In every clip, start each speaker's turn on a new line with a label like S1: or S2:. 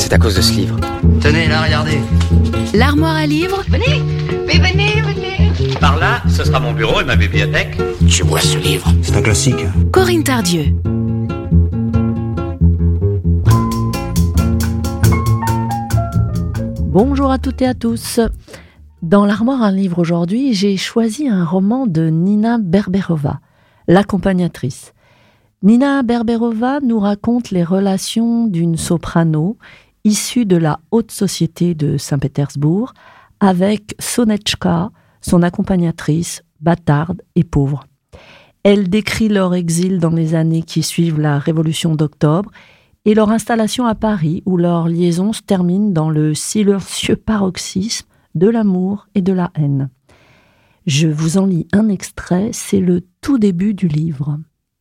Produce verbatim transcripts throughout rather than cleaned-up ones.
S1: C'est à cause de ce livre.
S2: Tenez, là, regardez.
S3: L'armoire à livres.
S4: Venez, mais venez, venez.
S5: Par là, ce sera mon bureau et ma bibliothèque.
S2: Je vois ce livre. C'est un classique.
S3: Corinne Tardieu.
S6: Bonjour à toutes et à tous. Dans l'armoire à livres aujourd'hui, j'ai choisi un roman de Nina Berberova, l'accompagnatrice. Nina Berberova nous raconte les relations d'une soprano issue de la haute société de Saint-Pétersbourg avec Sonetchka, son accompagnatrice, bâtarde et pauvre. Elle décrit leur exil dans les années qui suivent la Révolution d'octobre et leur installation à Paris où leur liaison se termine dans le silencieux paroxysme de l'amour et de la haine. Je vous en lis un extrait, c'est le tout début du livre.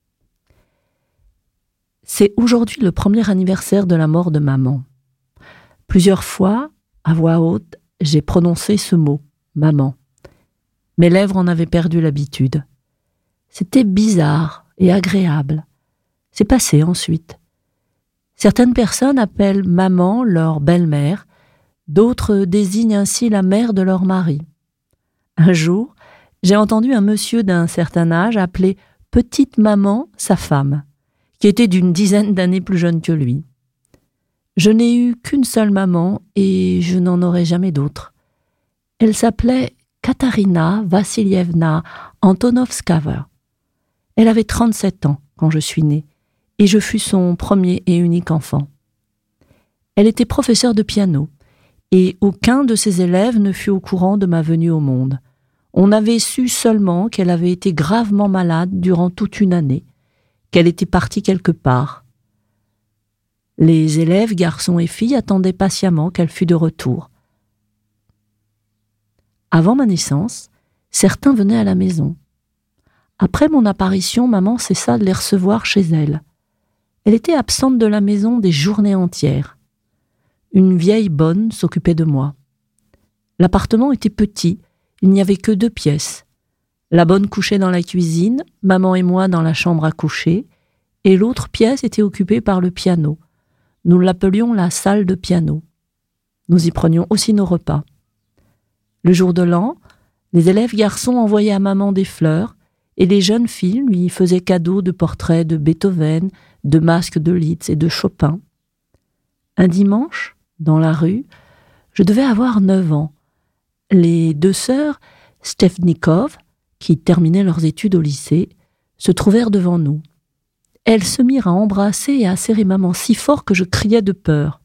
S6: C'est aujourd'hui le premier anniversaire de la mort de maman. Plusieurs fois, à voix haute, j'ai prononcé ce mot, maman. Mes lèvres en avaient perdu l'habitude. C'était bizarre et agréable. C'est passé ensuite. Certaines personnes appellent maman leur belle-mère, d'autres désignent ainsi la mère de leur mari. Un jour, j'ai entendu un monsieur d'un certain âge appeler petite maman sa femme, qui était d'une dizaine d'années plus jeune que lui. Je n'ai eu qu'une seule maman et je n'en aurai jamais d'autre. Elle s'appelait Katarina Vassilievna Antonovskaya. Elle avait trente-sept ans quand je suis née et je fus son premier et unique enfant. Elle était professeure de piano et aucun de ses élèves ne fut au courant de ma venue au monde. On avait su seulement qu'elle avait été gravement malade durant toute une année, qu'elle était partie quelque part. Les élèves, garçons et filles, attendaient patiemment qu'elle fût de retour. Avant ma naissance, certains venaient à la maison. Après mon apparition, maman cessa de les recevoir chez elle. Elle était absente de la maison des journées entières. Une vieille bonne s'occupait de moi. L'appartement était petit, il n'y avait que deux pièces. La bonne couchait dans la cuisine, maman et moi dans la chambre à coucher, et l'autre pièce était occupée par le piano. Nous l'appelions la salle de piano. Nous y prenions aussi nos repas. Le jour de l'an, les élèves garçons envoyaient à maman des fleurs, et les jeunes filles lui faisaient cadeau de portraits de Beethoven, de masques de Liszt et de Chopin. Un dimanche, dans la rue, je devais avoir neuf ans. Les deux sœurs, Stefnikov, qui terminaient leurs études au lycée, se trouvèrent devant nous. Elles se mirent à embrasser et à serrer maman si fort que je criais de peur.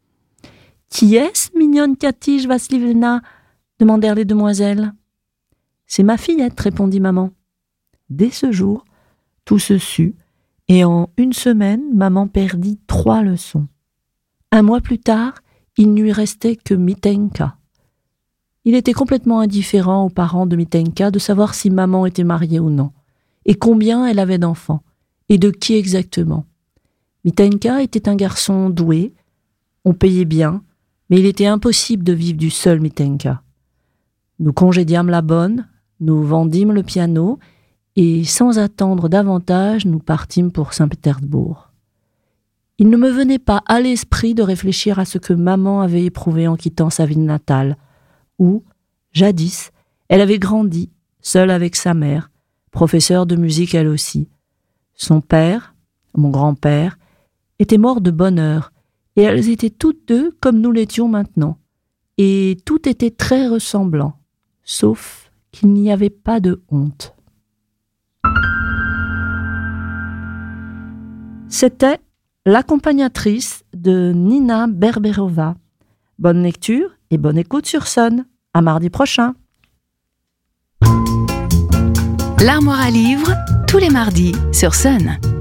S6: « Qui est-ce, mignonne Katij Vassilievna » demandèrent les demoiselles. « C'est ma fillette, répondit maman. Dès ce jour, tout se sut, et en une semaine, maman perdit trois leçons. Un mois plus tard, il ne lui restait que Mitenka. Il était complètement indifférent aux parents de Mitenka de savoir si maman était mariée ou non, et combien elle avait d'enfants, et de qui exactement. Mitenka était un garçon doué, on payait bien, mais il était impossible de vivre du seul Mitenka. Nous congédiâmes la bonne, nous vendîmes le piano, et sans attendre davantage, nous partîmes pour Saint-Pétersbourg. Il ne me venait pas à l'esprit de réfléchir à ce que maman avait éprouvé en quittant sa ville natale, où, jadis, elle avait grandi, seule avec sa mère, professeure de musique elle aussi. Son père, mon grand-père, était mort de bonne heure, et elles étaient toutes deux comme nous l'étions maintenant, et tout était très ressemblant, sauf qu'il n'y avait pas de honte. C'était l'accompagnatrice de Nina Berberova. Bonne lecture et bonne écoute sur Sun. À mardi prochain.
S3: L'armoire à livres, tous les mardis sur Sun.